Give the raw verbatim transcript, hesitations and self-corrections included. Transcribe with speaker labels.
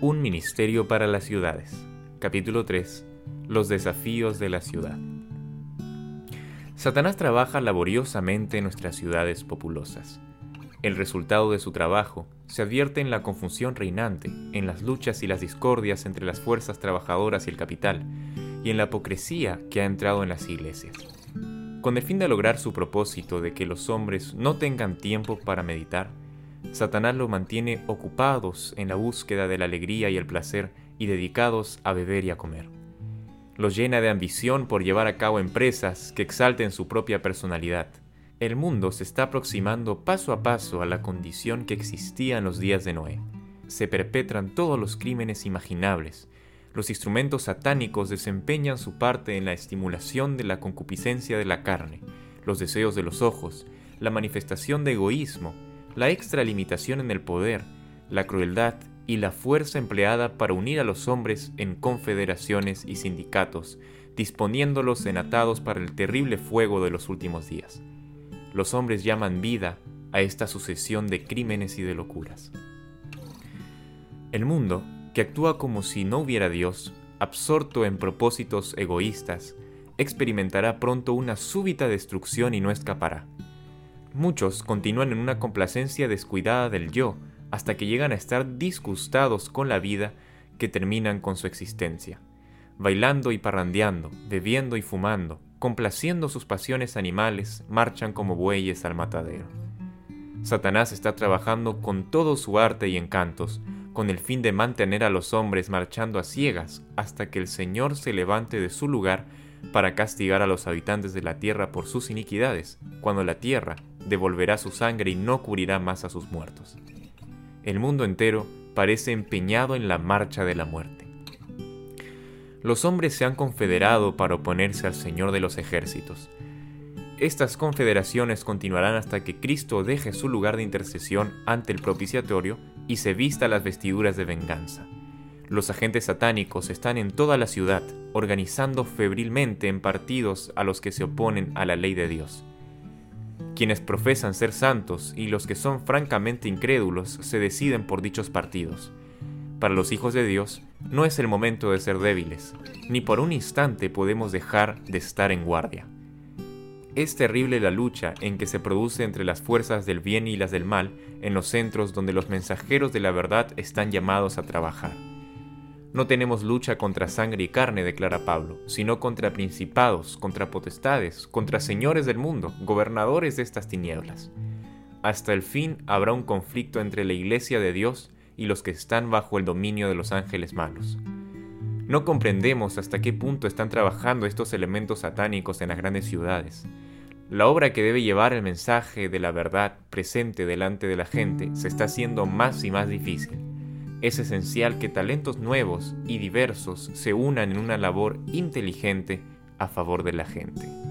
Speaker 1: Un ministerio para las ciudades. Capítulo tres. Los desafíos de la ciudad. Satanás trabaja laboriosamente en nuestras ciudades populosas. El resultado de su trabajo se advierte en la confusión reinante, en las luchas y las discordias entre las fuerzas trabajadoras y el capital, y en la hipocresía que ha entrado en las iglesias. Con el fin de lograr su propósito de que los hombres no tengan tiempo para meditar, Satanás los mantiene ocupados en la búsqueda de la alegría y el placer y dedicados a beber y a comer. Los llena de ambición por llevar a cabo empresas que exalten su propia personalidad. El mundo se está aproximando paso a paso a la condición que existía en los días de Noé. Se perpetran todos los crímenes imaginables. Los instrumentos satánicos desempeñan su parte en la estimulación de la concupiscencia de la carne, los deseos de los ojos, la manifestación de egoísmo, la extralimitación en el poder, la crueldad y la fuerza empleada para unir a los hombres en confederaciones y sindicatos, disponiéndolos en atados para el terrible fuego de los últimos días. Los hombres llaman vida a esta sucesión de crímenes y de locuras. El mundo, que actúa como si no hubiera Dios, absorto en propósitos egoístas, experimentará pronto una súbita destrucción y no escapará. Muchos continúan en una complacencia descuidada del yo, hasta que llegan a estar disgustados con la vida que terminan con su existencia, bailando y parrandeando, bebiendo y fumando, complaciendo sus pasiones animales, marchan como bueyes al matadero. Satanás está trabajando con todo su arte y encantos, con el fin de mantener a los hombres marchando a ciegas hasta que el Señor se levante de su lugar para castigar a los habitantes de la tierra por sus iniquidades, cuando la tierra devolverá su sangre y no cubrirá más a sus muertos. El mundo entero parece empeñado en la marcha de la muerte. Los hombres se han confederado para oponerse al Señor de los ejércitos. Estas confederaciones continuarán hasta que Cristo deje su lugar de intercesión ante el propiciatorio y se vista las vestiduras de venganza. Los agentes satánicos están en toda la ciudad, organizando febrilmente en partidos a los que se oponen a la ley de Dios. Quienes profesan ser santos y los que son francamente incrédulos se deciden por dichos partidos. Para los hijos de Dios no es el momento de ser débiles, ni por un instante podemos dejar de estar en guardia. Es terrible la lucha en que se produce entre las fuerzas del bien y las del mal en los centros donde los mensajeros de la verdad están llamados a trabajar. No tenemos lucha contra sangre y carne, declara Pablo, sino contra principados, contra potestades, contra señores del mundo, gobernadores de estas tinieblas. Hasta el fin habrá un conflicto entre la iglesia de Dios y los que están bajo el dominio de los ángeles malos. No comprendemos hasta qué punto están trabajando estos elementos satánicos en las grandes ciudades. La obra que debe llevar el mensaje de la verdad presente delante de la gente se está haciendo más y más difícil. Es esencial que talentos nuevos y diversos se unan en una labor inteligente a favor de la gente.